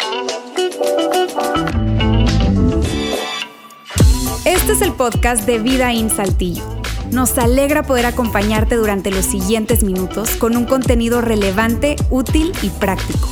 Este es el podcast de Vida en Saltillo. Nos alegra poder acompañarte durante los siguientes minutos con un contenido relevante, útil y práctico.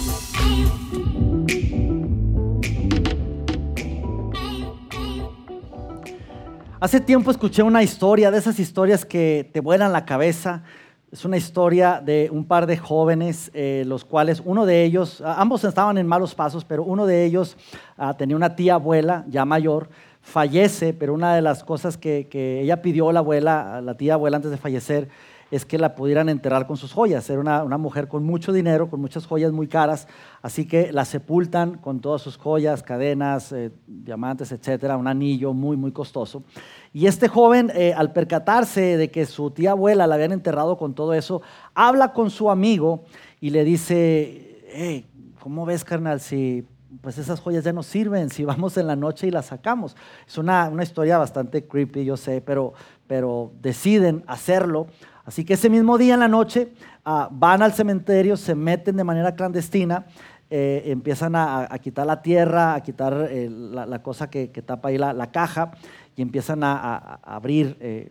Hace tiempo escuché una historia, de esas historias que te vuelan la cabeza. Es una historia de un par de jóvenes, los cuales uno de ellos, ambos estaban en malos pasos, pero uno de ellos tenía una tía abuela ya mayor, fallece, pero una de las cosas que ella pidió la tía abuela antes de fallecer, es que la pudieran enterrar con sus joyas. Era una mujer con mucho dinero, con muchas joyas muy caras, así que la sepultan con todas sus joyas, cadenas, diamantes, etcétera, un anillo muy, muy costoso. Y este joven, al percatarse de que su tía abuela la habían enterrado con todo eso, habla con su amigo y le dice: hey, ¿cómo ves, carnal, si pues esas joyas ya no sirven, si vamos en la noche y las sacamos? Es una historia bastante creepy, yo sé, pero deciden hacerlo. Así que ese mismo día en la noche van al cementerio, se meten de manera clandestina, empiezan a quitar la tierra, a quitar la cosa que tapa ahí la caja, y empiezan a abrir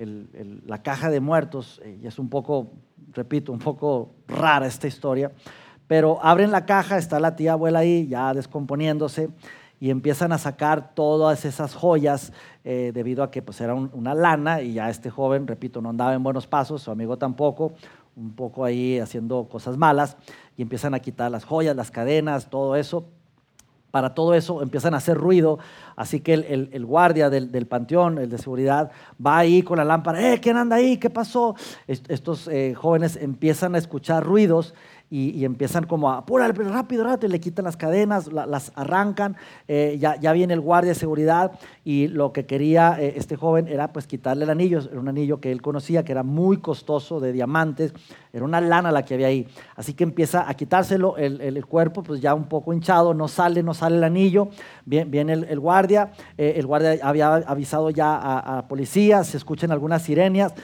la caja de muertos. Y es un poco, repito, un poco rara esta historia, pero abren la caja, está la tía abuela ahí ya descomponiéndose, y empiezan a sacar todas esas joyas debido a que pues, era una lana, y ya este joven, repito, no andaba en buenos pasos, su amigo tampoco, un poco ahí haciendo cosas malas, y empiezan a quitar las joyas, las cadenas, todo eso. Para todo eso empiezan a hacer ruido, así que el guardia del panteón, el de seguridad, va ahí con la lámpara. ¿Quién anda ahí? ¿Qué pasó? Estos jóvenes empiezan a escuchar ruidos y empiezan como a apúrale, rápido, le quitan las cadenas, las arrancan. Ya viene el guardia de seguridad, y lo que quería este joven era pues quitarle el anillo. Era un anillo que él conocía, que era muy costoso, de diamantes, era una lana la que había ahí. Así que empieza a quitárselo, el cuerpo pues ya un poco hinchado, no sale el anillo. Viene el guardia, había avisado ya a policía, se escuchan algunas sirenas,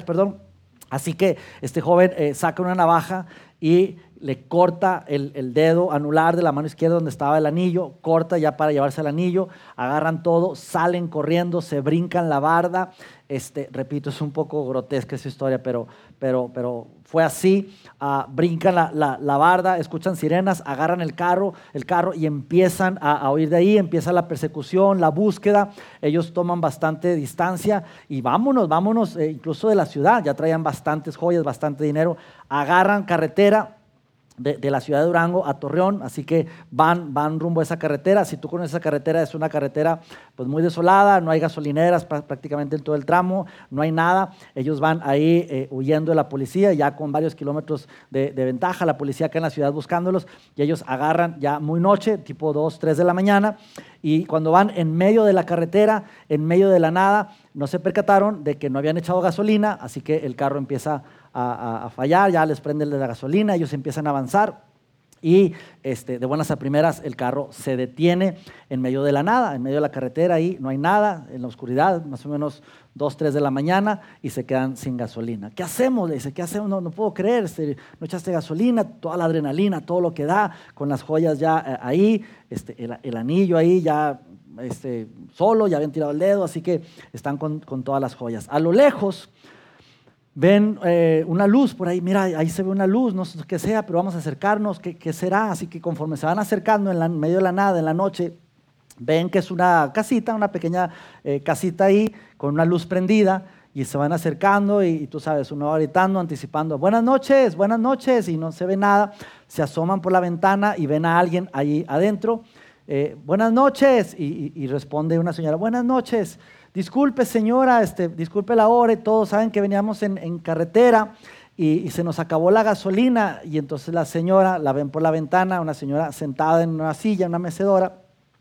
así que este joven saca una navaja y le corta el dedo anular de la mano izquierda donde estaba el anillo, corta ya para llevarse el anillo, agarran todo, salen corriendo, se brincan la barda. Repito, es un poco grotesca esa historia, pero fue así. Brincan la barda, escuchan sirenas, agarran el carro y empiezan a huir de ahí. Empieza la persecución, la búsqueda. Ellos toman bastante distancia y vámonos incluso de la ciudad. Ya traían bastantes joyas, bastante dinero. Agarran carretera de la ciudad de Durango a Torreón, así que van rumbo a esa carretera. Si tú conoces esa carretera, es una carretera pues muy desolada, no hay gasolineras prácticamente en todo el tramo, no hay nada. Ellos van ahí huyendo de la policía, ya con varios kilómetros de ventaja, la policía acá en la ciudad buscándolos, y ellos agarran ya muy noche, tipo 2, 3 de la mañana, y cuando van en medio de la carretera, en medio de la nada, no se percataron de que no habían echado gasolina, así que el carro empieza a fallar, ya les prende la gasolina, ellos empiezan a avanzar y de buenas a primeras el carro se detiene en medio de la nada, en medio de la carretera, ahí no hay nada, en la oscuridad, más o menos 2, 3 de la mañana, y se quedan sin gasolina. ¿Qué hacemos? Le dice, ¿qué hacemos? No puedo creer, no echaste gasolina, toda la adrenalina, todo lo que da, con las joyas ya ahí, el anillo ahí ya solo, ya habían tirado el dedo, así que están con todas las joyas. A lo lejos ven una luz por ahí. Mira, ahí se ve una luz, no sé qué sea, pero vamos a acercarnos, ¿qué será? Así que conforme se van acercando en medio de la nada, en la noche, ven que es una casita, una pequeña casita ahí, con una luz prendida, y se van acercando y tú sabes, uno va gritando, anticipando, buenas noches, y no se ve nada. Se asoman por la ventana y ven a alguien ahí adentro. Buenas noches, y responde una señora, buenas noches. Disculpe, señora, disculpe la hora y todos saben que veníamos en carretera y se nos acabó la gasolina. Y entonces la señora, la ven por la ventana, una señora sentada en una silla, en una mecedora,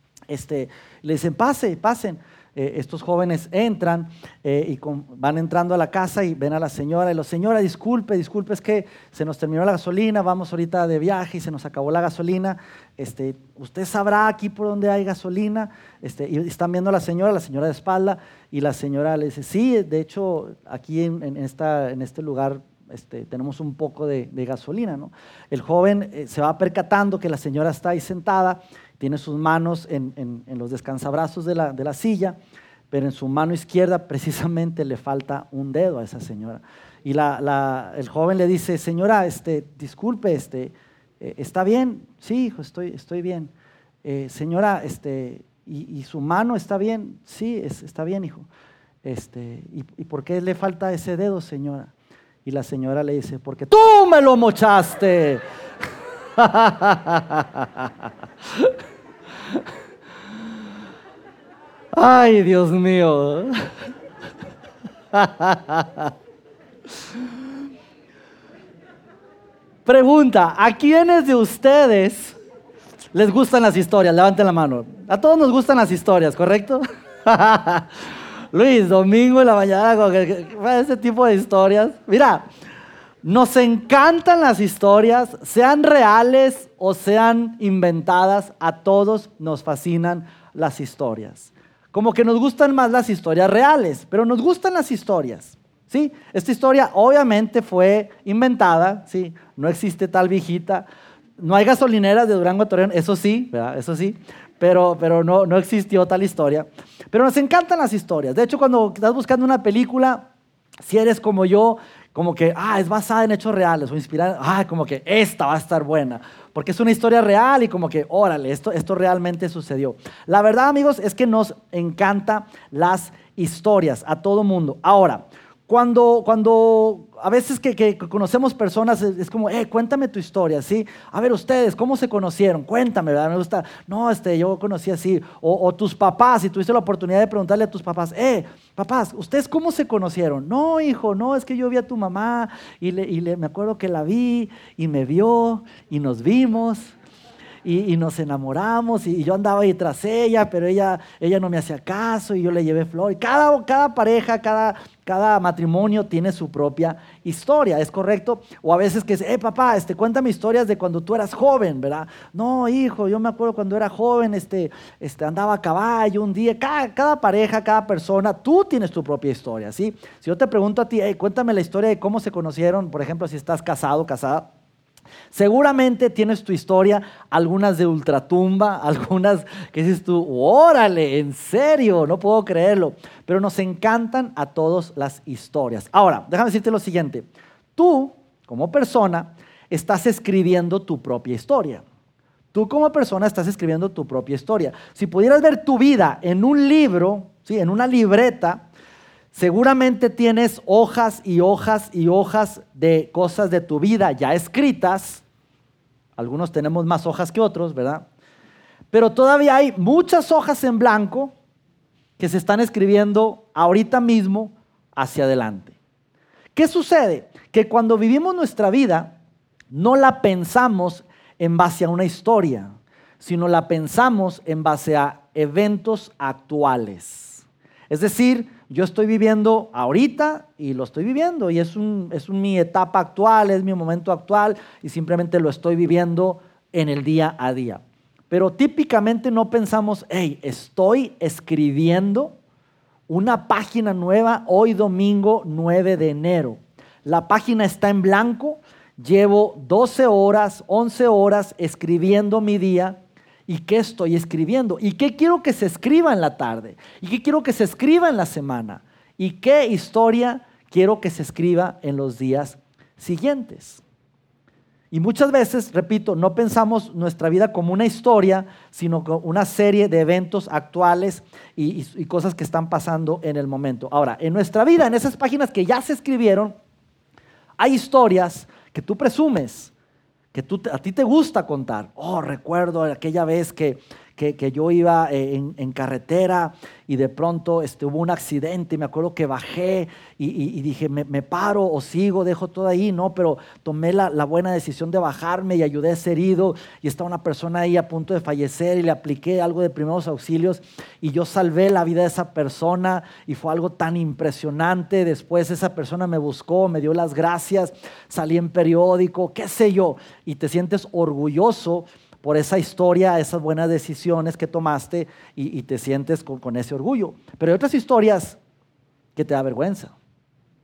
le dicen, pasen. Estos jóvenes entran van entrando a la casa y ven a la señora y la señora, disculpe, es que se nos terminó la gasolina, vamos ahorita de viaje y se nos acabó la gasolina. ¿Usted sabrá aquí por dónde hay gasolina? Y están viendo a la señora de espalda, y la señora le dice, sí, de hecho aquí en este lugar tenemos un poco de gasolina, ¿no? El joven se va percatando que la señora está ahí sentada, tiene sus manos en los descansabrazos de la silla, pero en su mano izquierda precisamente le falta un dedo a esa señora. Y el joven le dice, señora, disculpe, ¿está bien? Sí, hijo, estoy bien. Señora, ¿y su mano está bien? Sí, está bien, hijo. ¿Y por qué le falta ese dedo, señora? Y la señora le dice, porque tú me lo mochaste. Ay, Dios mío. Pregunta, ¿a quiénes de ustedes les gustan las historias? Levanten la mano. A todos nos gustan las historias, ¿correcto? Luis, domingo en la mañana, ese tipo de historias. Mira, nos encantan las historias, sean reales o sean inventadas, a todos nos fascinan las historias. Como que nos gustan más las historias reales, pero nos gustan las historias, ¿sí? Esta historia obviamente fue inventada, ¿sí? No existe tal viejita, no hay gasolineras de Durango a Torreón, eso sí, ¿verdad? Eso sí, pero no existió tal historia. Pero nos encantan las historias. De hecho, cuando estás buscando una película, si eres como yo, como que, es basada en hechos reales o inspirada, como que esta va a estar buena, porque es una historia real y como que, órale, esto realmente sucedió. La verdad, amigos, es que nos encantan las historias a todo mundo. Ahora, cuando a veces que conocemos personas, es como, cuéntame tu historia, ¿sí? A ver, ustedes, ¿cómo se conocieron? Cuéntame, ¿verdad? Me gusta, no, yo conocí así. O tus papás, si tuviste la oportunidad de preguntarle a tus papás, papás, ¿ustedes cómo se conocieron? No, hijo, no, es que yo vi a tu mamá y me acuerdo que la vi y me vio y nos vimos. Y nos enamoramos y yo andaba ahí tras ella, pero ella no me hacía caso y yo le llevé flor. Y cada pareja, cada matrimonio tiene su propia historia, ¿es correcto? O a veces que es, papá, cuéntame historias de cuando tú eras joven, ¿verdad? No, hijo, yo me acuerdo cuando era joven, andaba a caballo un día. Cada pareja, cada persona, tú tienes tu propia historia, ¿sí? Si yo te pregunto a ti, cuéntame la historia de cómo se conocieron, por ejemplo, si estás casado, casada, seguramente tienes tu historia, algunas de ultratumba, algunas que dices tú, órale, en serio, no puedo creerlo. Pero nos encantan a todos las historias. Ahora, déjame decirte lo siguiente. Tú, como persona, estás escribiendo tu propia historia. Tú como persona estás escribiendo tu propia historia. Si pudieras ver tu vida en un libro, ¿sí? En una libreta, seguramente tienes hojas y hojas y hojas de cosas de tu vida ya escritas. Algunos tenemos más hojas que otros, ¿verdad? Pero todavía hay muchas hojas en blanco que se están escribiendo ahorita mismo hacia adelante. ¿Qué sucede? Que cuando vivimos nuestra vida, no la pensamos en base a una historia, sino la pensamos en base a eventos actuales. Es decir, yo estoy viviendo ahorita y lo estoy viviendo y es mi etapa actual, es mi momento actual y simplemente lo estoy viviendo en el día a día. Pero típicamente no pensamos, estoy escribiendo una página nueva hoy domingo 9 de enero. La página está en blanco, llevo 12 horas, 11 horas escribiendo mi día. ¿Y qué estoy escribiendo? ¿Y qué quiero que se escriba en la tarde? ¿Y qué quiero que se escriba en la semana? ¿Y qué historia quiero que se escriba en los días siguientes? Y muchas veces, repito, no pensamos nuestra vida como una historia, sino como una serie de eventos actuales y cosas que están pasando en el momento. Ahora, en nuestra vida, en esas páginas que ya se escribieron, hay historias que tú presumes, que a ti te gusta contar. Recuerdo aquella vez que yo iba en carretera y de pronto hubo un accidente y me acuerdo que bajé y dije, me paro o sigo, dejo todo ahí, no, pero tomé la buena decisión de bajarme y ayudé a ese herido y estaba una persona ahí a punto de fallecer y le apliqué algo de primeros auxilios y yo salvé la vida de esa persona y fue algo tan impresionante. Después esa persona me buscó, me dio las gracias, salí en periódico, qué sé yo, y te sientes orgulloso por esa historia, esas buenas decisiones que tomaste y te sientes con ese orgullo. Pero hay otras historias que te da vergüenza.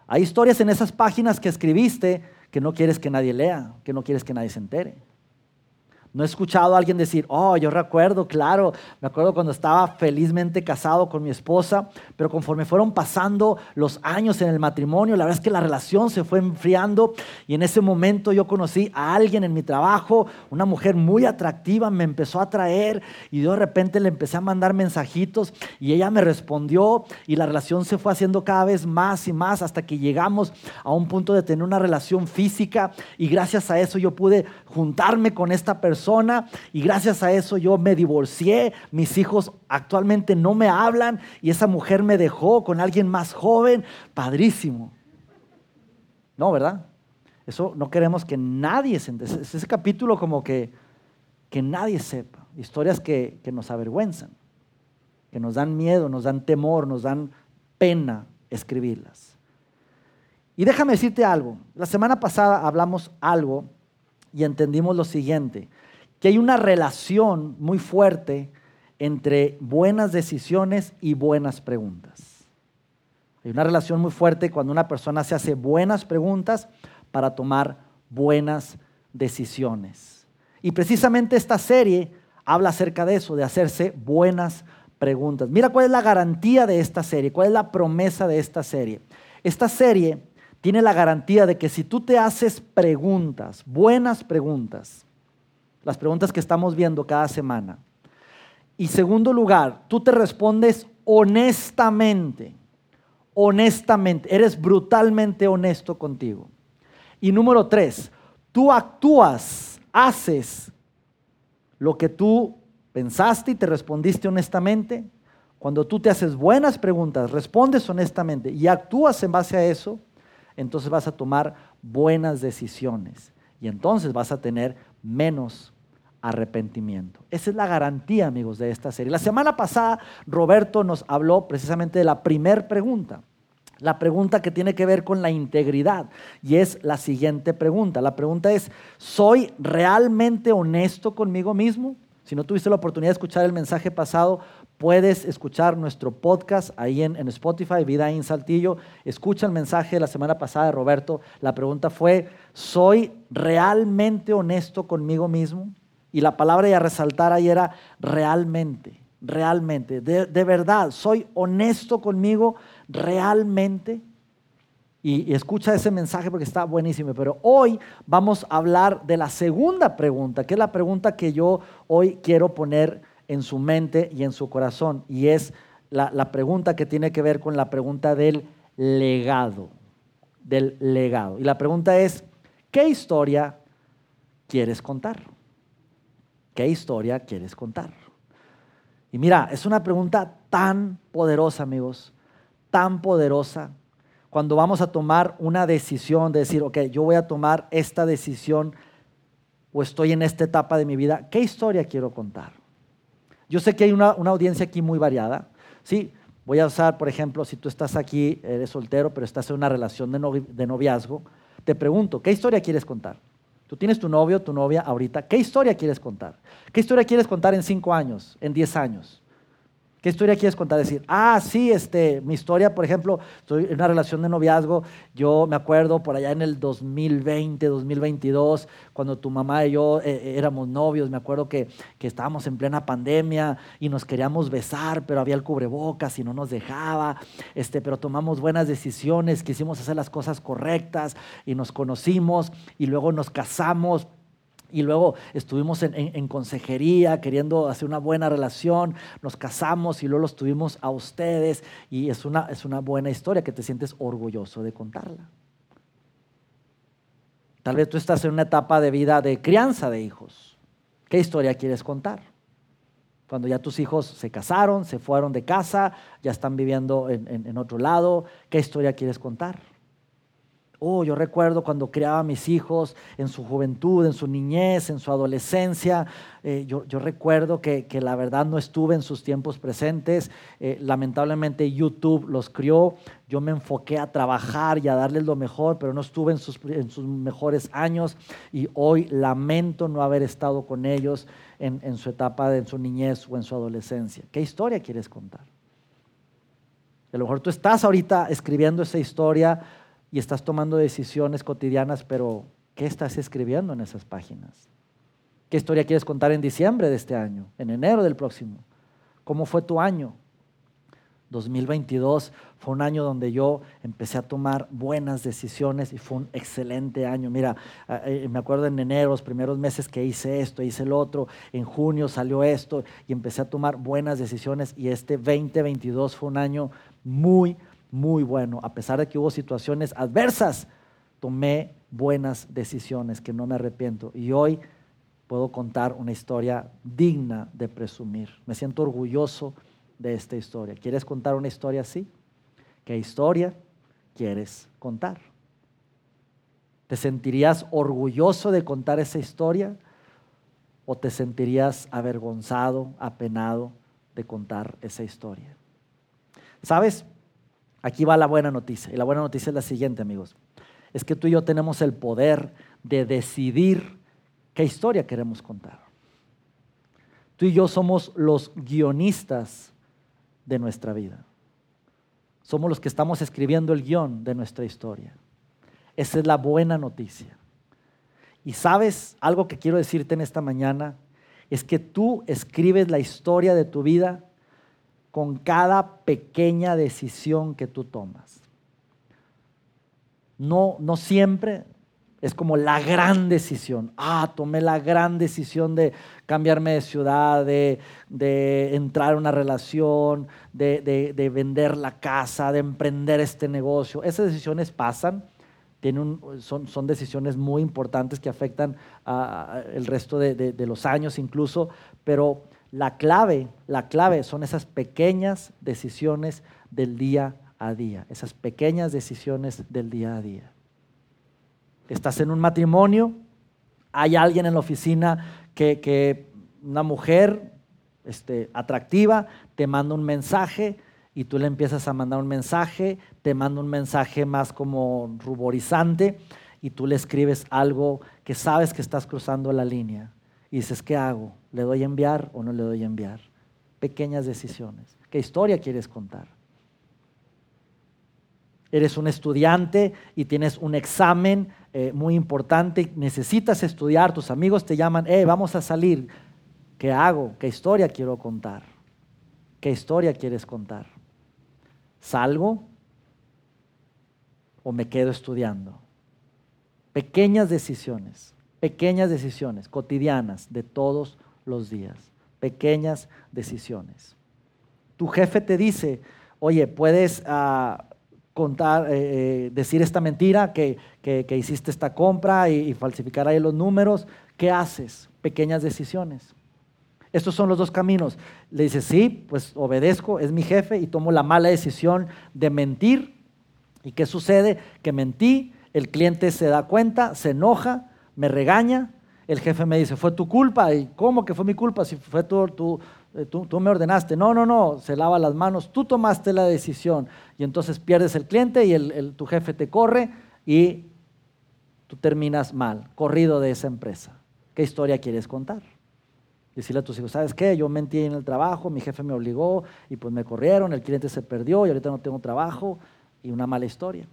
Hay historias en esas páginas que escribiste que no quieres que nadie lea, que no quieres que nadie se entere. No he escuchado a alguien decir, oh, yo recuerdo, claro, me acuerdo cuando estaba felizmente casado con mi esposa, pero conforme fueron pasando los años en el matrimonio, la verdad es que la relación se fue enfriando y en ese momento yo conocí a alguien en mi trabajo, una mujer muy atractiva, me empezó a atraer y yo de repente le empecé a mandar mensajitos y ella me respondió y la relación se fue haciendo cada vez más y más hasta que llegamos a un punto de tener una relación física y gracias a eso yo pude juntarme con esta persona y gracias a eso yo me divorcié, mis hijos actualmente no me hablan y esa mujer me dejó con alguien más joven, padrísimo. No, ¿verdad? Eso no queremos que nadie se entere. Ese capítulo como que nadie sepa, historias que nos avergüenzan, que nos dan miedo, nos dan temor, nos dan pena escribirlas. Y déjame decirte algo, la semana pasada hablamos algo y entendimos lo siguiente, que hay una relación muy fuerte entre buenas decisiones y buenas preguntas. Hay una relación muy fuerte cuando una persona se hace buenas preguntas para tomar buenas decisiones. Y precisamente esta serie habla acerca de eso, de hacerse buenas preguntas. Mira cuál es la garantía de esta serie, cuál es la promesa de esta serie. Esta serie tiene la garantía de que si tú te haces preguntas, buenas preguntas, las preguntas que estamos viendo cada semana, y segundo lugar, tú te respondes honestamente, eres brutalmente honesto contigo. Y número 3, tú actúas, haces lo que tú pensaste y te respondiste honestamente. Cuando tú te haces buenas preguntas, respondes honestamente y actúas en base a eso, entonces vas a tomar buenas decisiones y entonces vas a tener menos arrepentimiento. Esa es la garantía, amigos, de esta serie. La semana pasada Roberto nos habló precisamente de la primera pregunta, la pregunta que tiene que ver con la integridad y es la siguiente pregunta. La pregunta es, ¿soy realmente honesto conmigo mismo? Si no tuviste la oportunidad de escuchar el mensaje pasado, puedes escuchar nuestro podcast ahí en Spotify, Vida en Saltillo. Escucha el mensaje de la semana pasada de Roberto. La pregunta fue, ¿soy realmente honesto conmigo mismo? Y la palabra a resaltar ahí era realmente, de verdad, ¿soy honesto conmigo realmente? Y escucha ese mensaje porque está buenísimo. Pero hoy vamos a hablar de la segunda pregunta, que es la pregunta que yo hoy quiero poner en su mente y en su corazón. Y es la pregunta que tiene que ver con la pregunta del legado. Y la pregunta es, ¿qué historia quieres contar? ¿Qué historia quieres contar? Y mira, es una pregunta tan poderosa, amigos, tan poderosa. Cuando vamos a tomar una decisión de decir, ok, yo voy a tomar esta decisión o estoy en esta etapa de mi vida, ¿qué historia quiero contar? Yo sé que hay una audiencia aquí muy variada, ¿sí? Voy a usar, por ejemplo, si tú estás aquí, eres soltero, pero estás en una relación de noviazgo, te pregunto, ¿qué historia quieres contar? Tú tienes tu novio, tu novia ahorita, ¿qué historia quieres contar? ¿Qué historia quieres contar en 5 años, en 10 años? ¿Qué historia quieres contar? Decir, sí, mi historia, por ejemplo, estoy en una relación de noviazgo, yo me acuerdo por allá en el 2020, 2022, cuando tu mamá y yo éramos novios, me acuerdo que estábamos en plena pandemia y nos queríamos besar, pero había el cubrebocas y no nos dejaba, pero tomamos buenas decisiones, quisimos hacer las cosas correctas y nos conocimos y luego nos casamos. Y luego estuvimos en consejería queriendo hacer una buena relación, nos casamos y luego los tuvimos a ustedes y es una buena historia que te sientes orgulloso de contarla. Tal vez tú estás en una etapa de vida de crianza de hijos. ¿Qué historia quieres contar? Cuando ya tus hijos se casaron, se fueron de casa, ya están viviendo en otro lado, ¿qué historia quieres contar? Yo recuerdo cuando criaba a mis hijos en su juventud, en su niñez, en su adolescencia. Yo recuerdo que la verdad no estuve en sus tiempos presentes. Lamentablemente YouTube los crió. Yo me enfoqué a trabajar y a darles lo mejor, pero no estuve en sus mejores años. Y hoy lamento no haber estado con ellos en su etapa, en su niñez o en su adolescencia. ¿Qué historia quieres contar? A lo mejor tú estás ahorita escribiendo esa historia, y estás tomando decisiones cotidianas, pero ¿qué estás escribiendo en esas páginas? ¿Qué historia quieres contar en diciembre de este año, en enero del próximo? ¿Cómo fue tu año? 2022 fue un año donde yo empecé a tomar buenas decisiones y fue un excelente año. Mira, me acuerdo en enero, los primeros meses que hice esto, hice el otro, en junio salió esto y empecé a tomar buenas decisiones y este 2022 fue un año muy, muy bueno. A pesar de que hubo situaciones adversas, tomé buenas decisiones que no me arrepiento y hoy puedo contar una historia digna de presumir. Me siento orgulloso de esta historia. ¿Quieres contar una historia así? ¿Qué historia quieres contar? ¿Te sentirías orgulloso de contar esa historia o te sentirías avergonzado, apenado de contar esa historia? ¿Sabes? Aquí va la buena noticia y la buena noticia es la siguiente, amigos. Es que tú y yo tenemos el poder de decidir qué historia queremos contar. Tú y yo somos los guionistas de nuestra vida. Somos los que estamos escribiendo el guión de nuestra historia. Esa es la buena noticia. Y sabes, algo que quiero decirte en esta mañana es que tú escribes la historia de tu vida con cada pequeña decisión que tú tomas. No siempre es como la gran decisión. Tomé la gran decisión de cambiarme de ciudad, de entrar en una relación, de vender la casa, de emprender este negocio. Esas decisiones pasan, son decisiones muy importantes que afectan el resto de los años incluso, pero la clave son esas pequeñas decisiones del día a día, esas pequeñas decisiones del día a día. Estás en un matrimonio, hay alguien en la oficina que una mujer atractiva te manda un mensaje y tú le empiezas a mandar un mensaje, te manda un mensaje más como ruborizante y tú le escribes algo que sabes que estás cruzando la línea y dices, ¿qué hago? ¿Le doy a enviar o no le doy a enviar? Pequeñas decisiones. ¿Qué historia quieres contar? Eres un estudiante y tienes un examen muy importante, necesitas estudiar, tus amigos te llaman, vamos a salir. ¿Qué hago? ¿Qué historia quiero contar? ¿Qué historia quieres contar? ¿Salgo o me quedo estudiando? Pequeñas decisiones cotidianas de todos los días. Pequeñas decisiones. Tu jefe te dice, oye, puedes contar, decir esta mentira, que hiciste esta compra y falsificar ahí los números. ¿Qué haces? Pequeñas decisiones. Estos son los dos caminos. Le dices, sí, pues obedezco, es mi jefe y tomo la mala decisión de mentir. ¿Y qué sucede? Que mentí, el cliente se da cuenta, se enoja, me regaña, el jefe me dice, fue tu culpa. ¿Y cómo que fue mi culpa? Si fue tú me ordenaste. No, se lava las manos, tú tomaste la decisión. Y entonces pierdes el cliente y tu jefe te corre y tú terminas mal, corrido de esa empresa. ¿Qué historia quieres contar? Decirle a tus hijos, ¿sabes qué? Yo mentí en el trabajo, mi jefe me obligó y pues me corrieron, el cliente se perdió y ahorita no tengo trabajo, y una mala historia.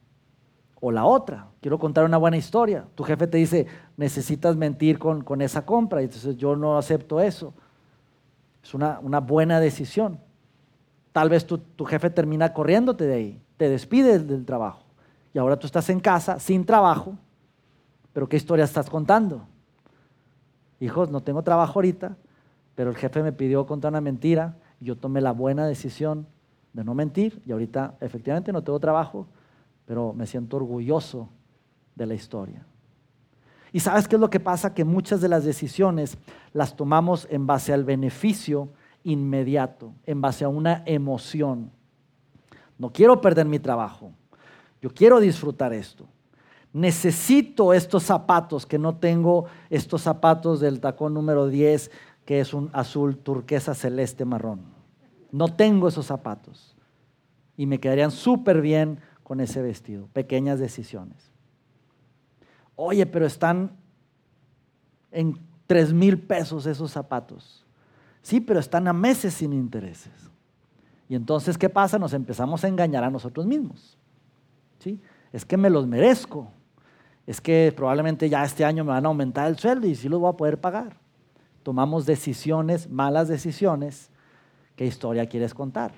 O la otra, quiero contar una buena historia. Tu jefe te dice, necesitas mentir con esa compra, y entonces yo no acepto eso. Es una buena decisión. Tal vez tu jefe termina corriéndote de ahí, te despide del trabajo y ahora tú estás en casa sin trabajo, pero ¿qué historia estás contando? Hijos, no tengo trabajo ahorita, pero el jefe me pidió contar una mentira y yo tomé la buena decisión de no mentir y ahorita efectivamente no tengo trabajo, pero me siento orgulloso de la historia. ¿Y sabes qué es lo que pasa? Que muchas de las decisiones las tomamos en base al beneficio inmediato, en base a una emoción. No quiero perder mi trabajo, yo quiero disfrutar esto. Necesito estos zapatos, que no tengo estos zapatos del tacón número 10, que es un azul turquesa celeste marrón. No tengo esos zapatos y me quedarían súper bien con ese vestido. Pequeñas decisiones. Oye, pero están en 3,000 pesos esos zapatos. Sí, pero están a meses sin intereses. Y entonces, ¿qué pasa? Nos empezamos a engañar a nosotros mismos. ¿Sí? es que me los merezco, es que probablemente ya este año me van a aumentar el sueldo y sí los voy a poder pagar. Tomamos decisiones, malas decisiones. ¿Qué historia quieres contar?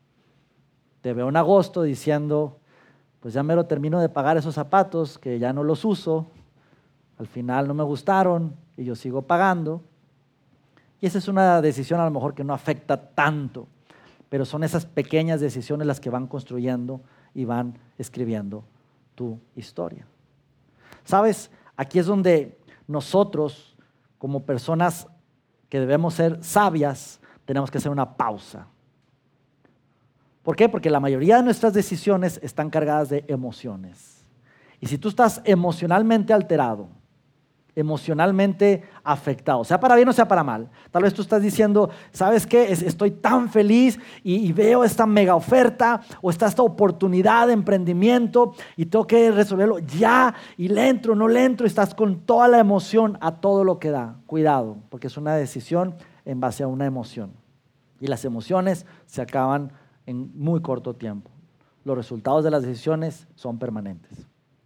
Te veo en agosto diciendo, pues ya me lo termino de pagar esos zapatos que ya no los uso, al final no me gustaron y yo sigo pagando. Y esa es una decisión a lo mejor que no afecta tanto, pero son esas pequeñas decisiones las que van construyendo y van escribiendo tu historia. ¿Sabes? Aquí es donde nosotros, como personas que debemos ser sabias, tenemos que hacer una pausa. ¿Por qué? Porque la mayoría de nuestras decisiones están cargadas de emociones. Y si tú estás emocionalmente alterado, emocionalmente afectado, sea para bien o sea para mal, tal vez tú estás diciendo, ¿sabes qué? Estoy tan feliz y veo esta mega oferta o está esta oportunidad de emprendimiento y tengo que resolverlo ya y le entro, no le entro, y estás con toda la emoción a todo lo que da. Cuidado, porque es una decisión en base a una emoción y las emociones se acaban en muy corto tiempo. Los resultados de las decisiones son permanentes.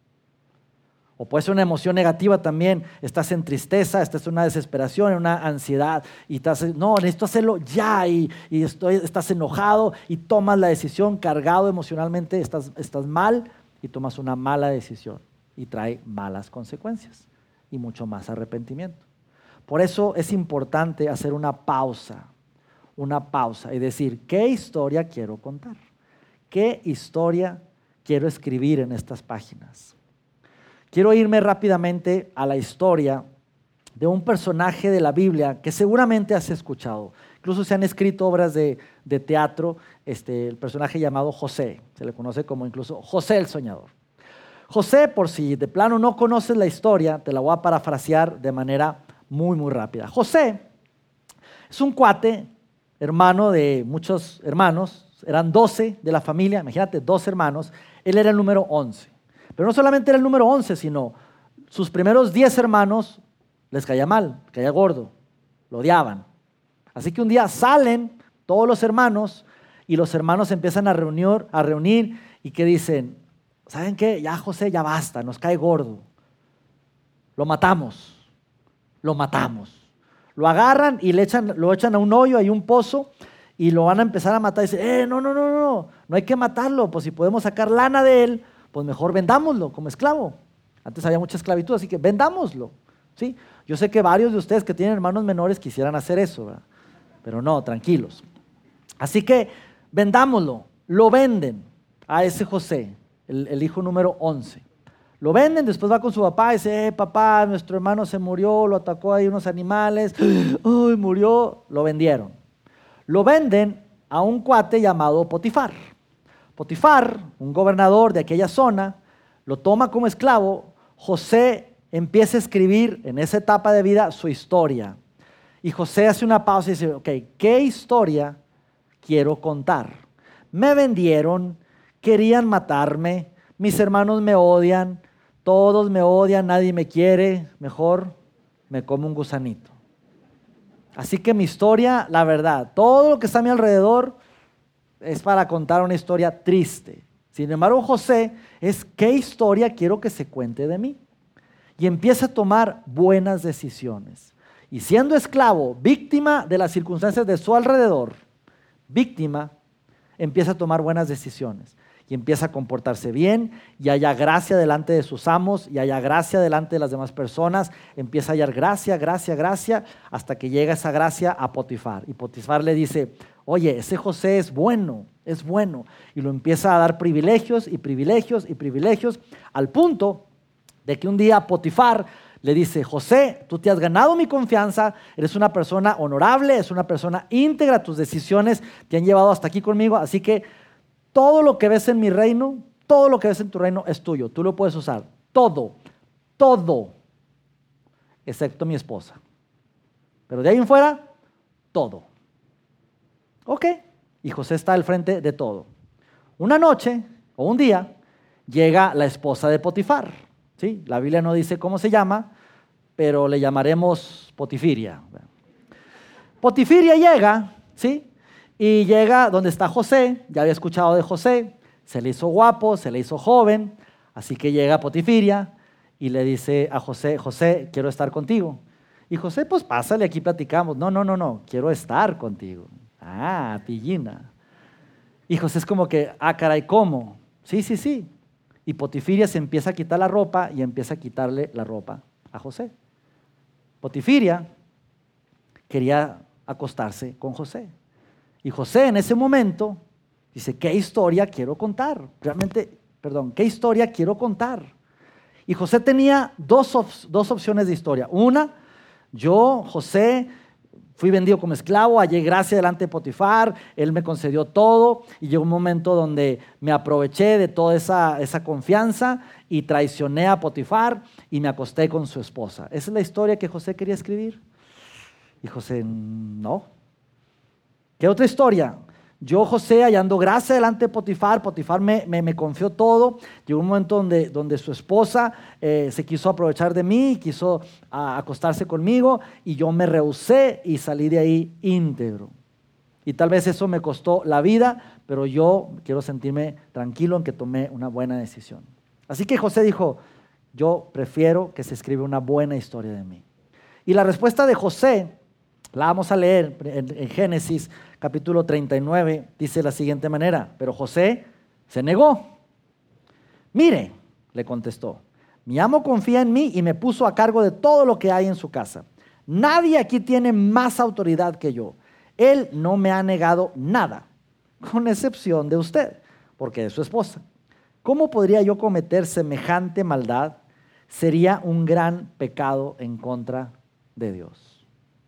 O puede ser una emoción negativa también, estás en tristeza, estás en una desesperación, en una ansiedad y estás, no, necesito hacerlo ya y estás enojado y tomas la decisión cargado emocionalmente, estás mal y tomas una mala decisión y trae malas consecuencias y mucho más arrepentimiento. Por eso es importante hacer una pausa y decir, ¿qué historia quiero contar? ¿Qué historia quiero escribir en estas páginas? Quiero irme rápidamente a la historia de un personaje de la Biblia que seguramente has escuchado. Incluso se han escrito obras de teatro, el personaje llamado José, se le conoce como incluso José el Soñador. José, por si de plano no conoces la historia, te la voy a parafrasear de manera muy, muy rápida. José es un cuate, hermano de muchos hermanos, eran 12 de la familia, imagínate, 12 hermanos, él era el número 11. Pero no solamente era el número 11, sino sus primeros 10 hermanos les caía mal, caía gordo, lo odiaban. Así que un día salen todos los hermanos y los hermanos se empiezan a reunir y que dicen, ¿saben qué? Ya José, ya basta, nos cae gordo. Lo matamos. Lo agarran y lo echan a un hoyo, hay un pozo y lo van a empezar a matar. Y dicen, no hay que matarlo, pues si podemos sacar lana de él, pues mejor vendámoslo como esclavo. Antes había mucha esclavitud, así que vendámoslo. ¿Sí? Yo sé que varios de ustedes que tienen hermanos menores quisieran hacer eso, ¿verdad? Pero no, tranquilos. Así que vendámoslo, lo venden a ese José, el hijo número 11. Lo venden, después va con su papá y dice, papá, nuestro hermano se murió, lo atacó ahí unos animales, ¡ay, murió! Lo vendieron. Lo venden a un cuate llamado Potifar. Potifar, un gobernador de aquella zona, lo toma como esclavo. José empieza a escribir en esa etapa de vida su historia. Y José hace una pausa y dice, ok, ¿qué historia quiero contar? Me vendieron, querían matarme, mis hermanos me odian, todos me odian, nadie me quiere, mejor me como un gusanito. Así que mi historia, la verdad, todo lo que está a mi alrededor es para contar una historia triste. Sin embargo, José es ¿qué historia quiero que se cuente de mí? Y empieza a tomar buenas decisiones. Y siendo esclavo, víctima de las circunstancias de su alrededor, empieza a tomar buenas decisiones. Y empieza a comportarse bien y haya gracia delante de sus amos y haya gracia delante de las demás personas. Empieza a hallar gracia, hasta que llega esa gracia a Potifar. Y Potifar le dice, oye, ese José es bueno. Y lo empieza a dar privilegios, al punto de que un día Potifar le dice, José, tú te has ganado mi confianza, eres una persona honorable, eres una persona íntegra, tus decisiones te han llevado hasta aquí conmigo, así que todo lo que ves en mi reino, todo lo que ves en tu reino es tuyo, tú lo puedes usar, todo, excepto mi esposa. Pero de ahí en fuera, todo. Ok, y José está al frente de todo. Una noche o un día llega la esposa de Potifar. ¿Sí? La Biblia no dice cómo se llama, pero le llamaremos Potifiria. Potifiria llega, ¿sí? Y llega donde está José, ya había escuchado de José, se le hizo guapo, se le hizo joven, Así que llega Potifiria y le dice a José, José, quiero estar contigo. Y José, pues pásale, aquí platicamos. No, quiero estar contigo. Ah, pillina. Y José es como que, caray, ¿cómo? Sí. Y Potifiria se empieza a quitar la ropa y empieza a quitarle la ropa a José. Potifiria quería acostarse con José. Y José en ese momento dice, ¿qué historia quiero contar? ¿Qué historia quiero contar? Y José tenía dos opciones de historia. Una, yo, José, fui vendido como esclavo, hallé gracia delante de Potifar, él me concedió todo y llegó un momento donde me aproveché de toda esa confianza y traicioné a Potifar y me acosté con su esposa. ¿Esa es la historia que José quería escribir? Y José, no. ¿Qué otra historia? Yo, José, hallando gracia delante de Potifar, Potifar me confió todo. Llegó un momento donde su esposa se quiso aprovechar de mí, quiso acostarse conmigo y yo me rehusé y salí de ahí íntegro. Y tal vez eso me costó la vida, pero yo quiero sentirme tranquilo en que tomé una buena decisión. Así que José dijo, yo prefiero que se escriba una buena historia de mí. Y la respuesta de José, la vamos a leer en Génesis capítulo 39, dice de la siguiente manera, pero José se negó. Mire, le contestó, mi amo confía en mí y me puso a cargo de todo lo que hay en su casa. Nadie aquí tiene más autoridad que yo. Él no me ha negado nada, con excepción de usted, porque es su esposa. ¿Cómo podría yo cometer semejante maldad? Sería un gran pecado en contra de Dios.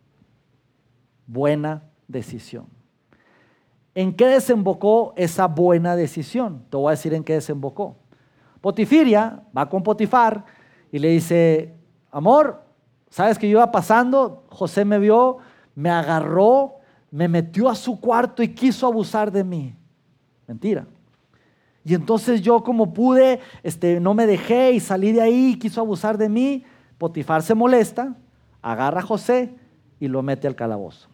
Buena decisión. ¿En qué desembocó esa buena decisión? Te voy a decir en qué desembocó. Potifiria va con Potifar y le dice, amor, ¿sabes que yo iba pasando? José me vio, me agarró, me metió a su cuarto y quiso abusar de mí. Mentira. Y entonces yo como pude, no me dejé y salí de ahí y quiso abusar de mí. Potifar se molesta, agarra a José y lo mete al calabozo.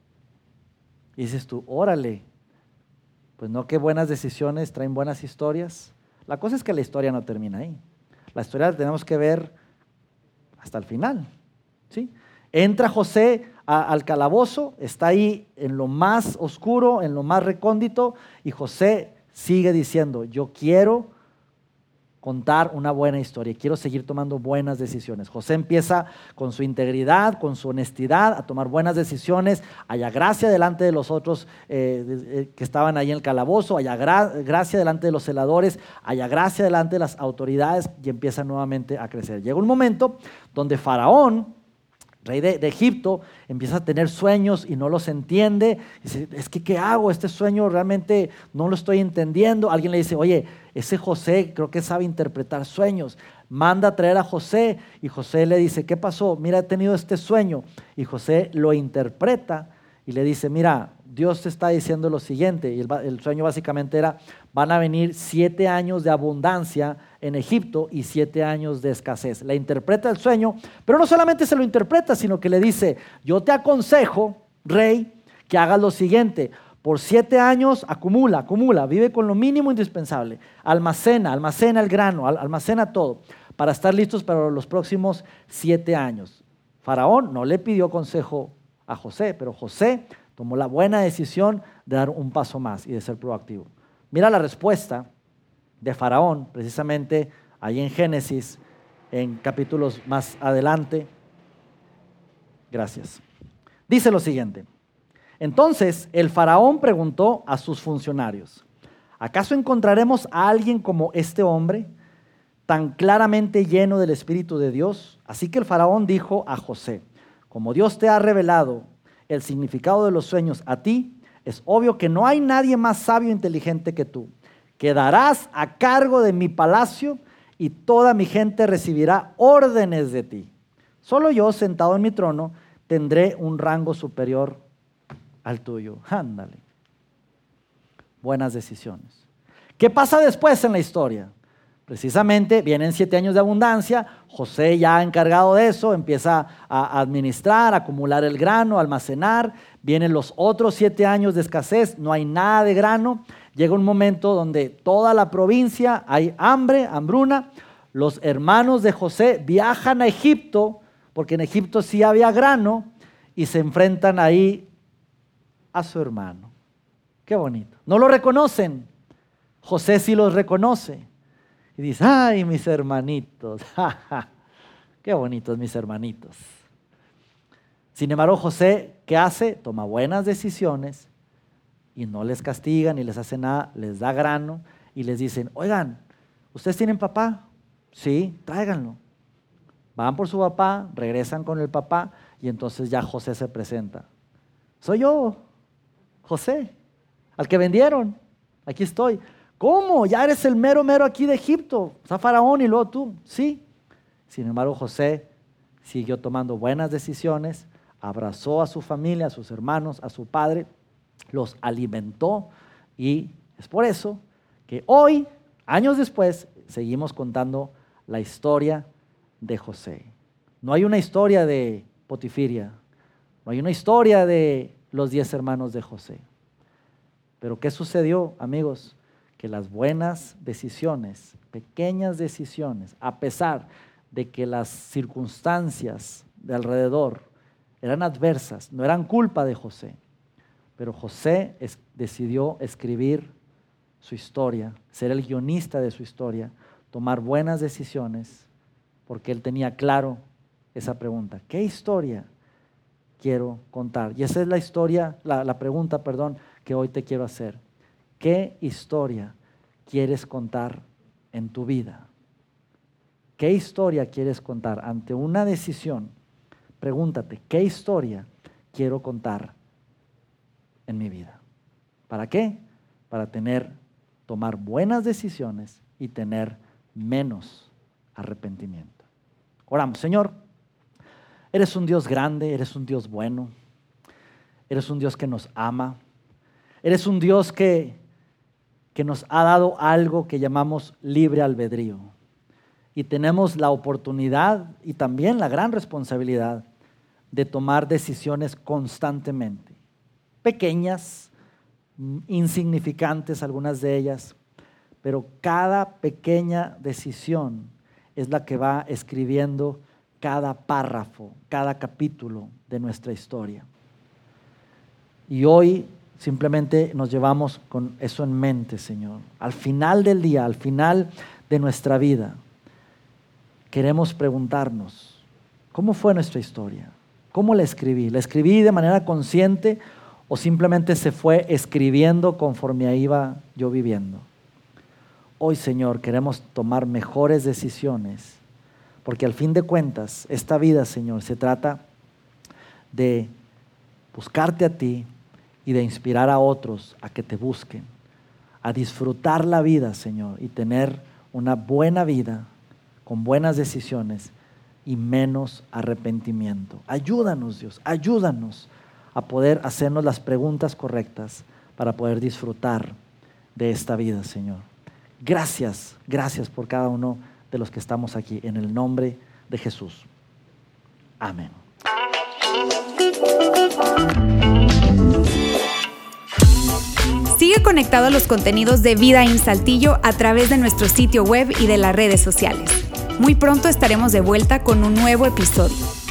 Y dices tú, órale, pues no, qué buenas decisiones traen buenas historias. La cosa es que la historia no termina ahí. La historia la tenemos que ver hasta el final, ¿sí? Entra José al calabozo, está ahí en lo más oscuro, en lo más recóndito, y José sigue diciendo, yo quiero contar una buena historia, quiero seguir tomando buenas decisiones. José empieza con su integridad, con su honestidad, a tomar buenas decisiones, haya gracia delante de los otros que estaban ahí en el calabozo, haya gracia delante de los celadores, haya gracia delante de las autoridades y empieza nuevamente a crecer. Llega un momento donde Faraón, rey de Egipto, empieza a tener sueños y no los entiende. Dice, es que ¿qué hago? Este sueño realmente no lo estoy entendiendo. Alguien le dice, oye, ese José creo que sabe interpretar sueños. Manda a traer a José y José le dice, ¿qué pasó? Mira, he tenido este sueño. Y José lo interpreta y le dice, mira, Dios te está diciendo lo siguiente. Y el sueño básicamente era, van a venir 7 años de abundancia en Egipto y 7 años de escasez. Le interpreta el sueño, pero no solamente se lo interpreta, sino que le dice, yo te aconsejo, rey, que hagas lo siguiente. Por 7 años acumula, vive con lo mínimo indispensable. Almacena el grano, almacena todo, para estar listos para los próximos 7 años. Faraón no le pidió consejo a José, pero José tomó la buena decisión de dar un paso más y de ser proactivo. Mira la respuesta de Faraón, precisamente ahí en Génesis, en capítulos más adelante. Gracias. Dice lo siguiente. Entonces el Faraón preguntó a sus funcionarios, ¿acaso encontraremos a alguien como este hombre, tan claramente lleno del Espíritu de Dios? Así que el Faraón dijo a José, como Dios te ha revelado el significado de los sueños a ti, es obvio que no hay nadie más sabio e inteligente que tú. Quedarás a cargo de mi palacio y toda mi gente recibirá órdenes de ti. Solo yo, sentado en mi trono, tendré un rango superior al tuyo. Ándale. Buenas decisiones. ¿Qué pasa después en la historia? Precisamente vienen 7 años de abundancia, José ya encargado de eso, empieza a administrar, a acumular el grano, a almacenar. Vienen los otros 7 años de escasez, no hay nada de grano. Llega un momento donde toda la provincia hay hambre, hambruna. Los hermanos de José viajan a Egipto, porque en Egipto sí había grano, y se enfrentan ahí a su hermano. Qué bonito. No lo reconocen. José sí los reconoce. Y dice, ay, mis hermanitos, qué bonitos mis hermanitos. Sin embargo, José, ¿qué hace? Toma buenas decisiones y no les castiga ni les hace nada, les da grano y les dicen, oigan, ¿ustedes tienen papá? Sí, tráiganlo. Van por su papá, regresan con el papá y entonces ya José se presenta. Soy yo, José, al que vendieron, aquí estoy. ¿Cómo? Ya eres el mero aquí de Egipto. Está Faraón y luego tú. Sí. Sin embargo, José siguió tomando buenas decisiones, abrazó a su familia, a sus hermanos, a su padre, los alimentó y es por eso que hoy, años después, seguimos contando la historia de José. No hay una historia de Potifiria, no hay una historia de los 10 hermanos de José. Pero ¿qué sucedió, amigos? Que las buenas decisiones, pequeñas decisiones, a pesar de que las circunstancias de alrededor eran adversas, no eran culpa de José, pero José decidió escribir su historia, ser el guionista de su historia, tomar buenas decisiones, porque él tenía claro esa pregunta, ¿qué historia quiero contar? Y esa es la historia, la pregunta, que hoy te quiero hacer. ¿Qué historia quieres contar en tu vida? ¿Qué historia quieres contar? Ante una decisión, pregúntate, ¿qué historia quiero contar en mi vida? ¿Para qué? Para tomar buenas decisiones y tener menos arrepentimiento. Oramos. Señor, eres un Dios grande, eres un Dios bueno, eres un Dios que nos ama, eres un Dios que nos ha dado algo que llamamos libre albedrío. Y tenemos la oportunidad y también la gran responsabilidad de tomar decisiones constantemente. Pequeñas, insignificantes algunas de ellas, pero cada pequeña decisión es la que va escribiendo cada párrafo, cada capítulo de nuestra historia. Y hoy simplemente nos llevamos con eso en mente, Señor. Al final del día, al final de nuestra vida, queremos preguntarnos, ¿cómo fue nuestra historia? ¿Cómo la escribí? ¿La escribí de manera consciente o simplemente se fue escribiendo conforme iba yo viviendo? Hoy, Señor, queremos tomar mejores decisiones, porque al fin de cuentas, esta vida, Señor, se trata de buscarte a ti, y de inspirar a otros a que te busquen, a disfrutar la vida, Señor, y tener una buena vida con buenas decisiones y menos arrepentimiento. Ayúdanos, Dios, ayúdanos a poder hacernos las preguntas correctas para poder disfrutar de esta vida, Señor. Gracias, gracias por cada uno de los que estamos aquí, en el nombre de Jesús. Amén. Sigue conectado a los contenidos de Vida in Saltillo a través de nuestro sitio web y de las redes sociales. Muy pronto estaremos de vuelta con un nuevo episodio.